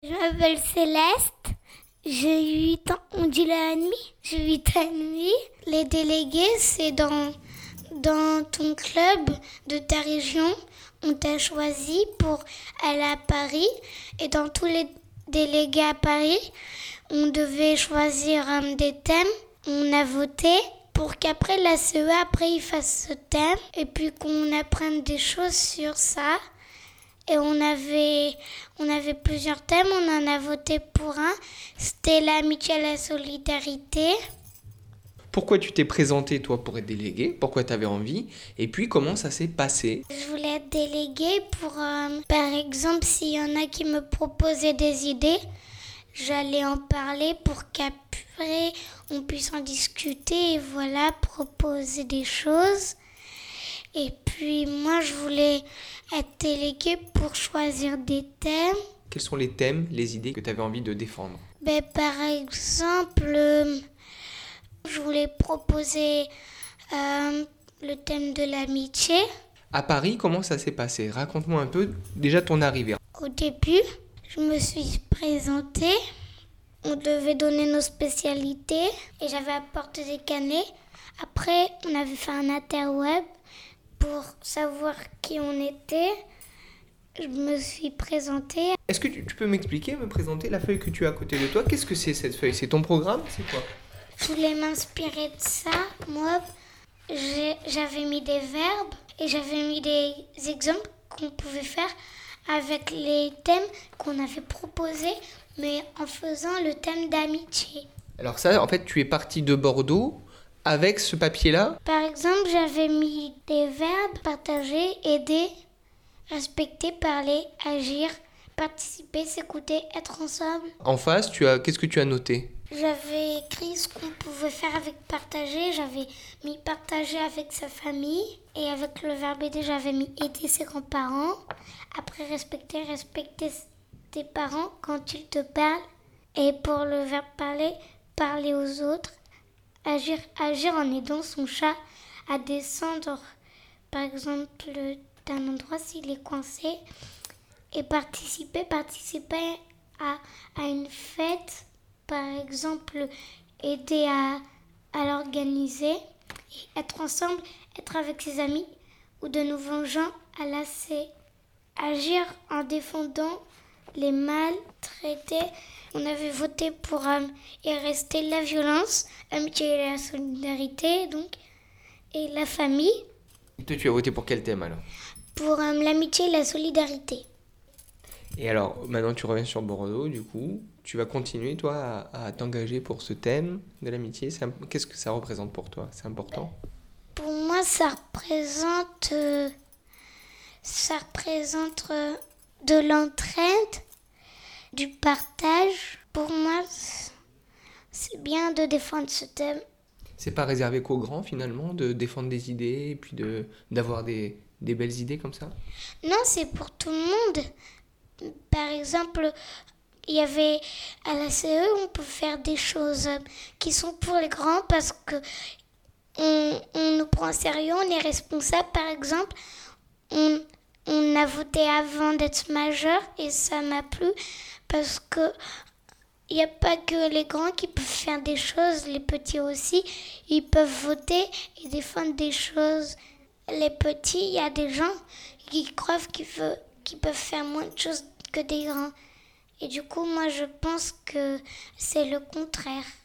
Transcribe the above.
Je m'appelle Céleste, j'ai 8 ans, on dit la nuit, j'ai 8 ans et demi. Les délégués, c'est dans ton club de ta région, on t'a choisi pour aller à Paris. Et dans tous les délégués à Paris, on devait choisir des thèmes. On a voté pour qu'après la CE, après ils fassent ce thème et puis qu'on apprenne des choses sur ça. Et on avait plusieurs thèmes, on en a voté pour un. C'était l'amitié et la solidarité. Pourquoi tu t'es présenté, toi, pour être délégué? Pourquoi tu avais envie? Et puis, comment ça s'est passé? Je voulais être déléguée pour, par exemple, s'il y en a qui me proposaient des idées, j'allais en parler pour qu'après on puisse en discuter et voilà, proposer des choses. Et puis moi, je voulais être déléguée pour choisir des thèmes. Quels sont les thèmes, les idées que tu avais envie de défendre? Par exemple, je voulais proposer le thème de l'amitié. À Paris, comment ça s'est passé? Raconte-moi un peu déjà ton arrivée. Au début, je me suis présentée. On devait donner nos spécialités et j'avais apporté des carnets. Après, on avait fait un interweb pour savoir qui on était. Je me suis présentée. Est-ce que tu peux m'expliquer, me présenter la feuille que tu as à côté de toi? Qu'est-ce que c'est cette feuille? C'est ton programme? C'est quoi? Je voulais m'inspirer de ça. Moi, j'avais mis des verbes et j'avais mis des exemples qu'on pouvait faire avec les thèmes qu'on avait proposés, mais en faisant le thème d'amitié. Alors ça, en fait, tu es parti de Bordeaux avec ce papier-là? Par exemple, j'avais mis des verbes: partager, aider, respecter, parler, agir, participer, s'écouter, être ensemble. En face, qu'est-ce que tu as noté? J'avais écrit ce qu'on pouvait faire avec partager. J'avais mis partager avec sa famille. Et avec le verbe aider, j'avais mis aider ses grands-parents. Après, respecter tes parents quand ils te parlent. Et pour le verbe parler, parler aux autres. Agir en aidant son chat à descendre, par exemple, d'un endroit s'il est coincé. Et participer à une fête. Par exemple, aider à l'organiser, et être ensemble, être avec ses amis ou de nouveaux gens à lasser. Agir en défendant les maltraités. On avait voté pour rester la violence, l'amitié et la solidarité, donc, et la famille. Toi, tu as voté pour quel thème alors? Pour l'amitié et la solidarité. Et alors, maintenant tu reviens sur Bordeaux, du coup, tu vas continuer, toi, à t'engager pour ce thème de l'amitié. Qu'est-ce que ça représente pour toi? C'est important? Pour moi, ça représente de l'entraide, du partage. Pour moi, c'est bien de défendre ce thème. C'est pas réservé qu'aux grands, finalement, de défendre des idées et puis d'avoir des belles idées comme ça? Non, c'est pour tout le monde. Par exemple, il y avait à la CE, on peut faire des choses qui sont pour les grands parce que on nous prend au sérieux, on est responsable. Par exemple, on a voté avant d'être majeur et ça m'a plu parce que il n'y a pas que les grands qui peuvent faire des choses, les petits aussi, ils peuvent voter et défendre des choses. Les petits, il y a des gens qui croient qu'ils peuvent faire moins de choses que des grands. Et du coup, moi, je pense que c'est le contraire.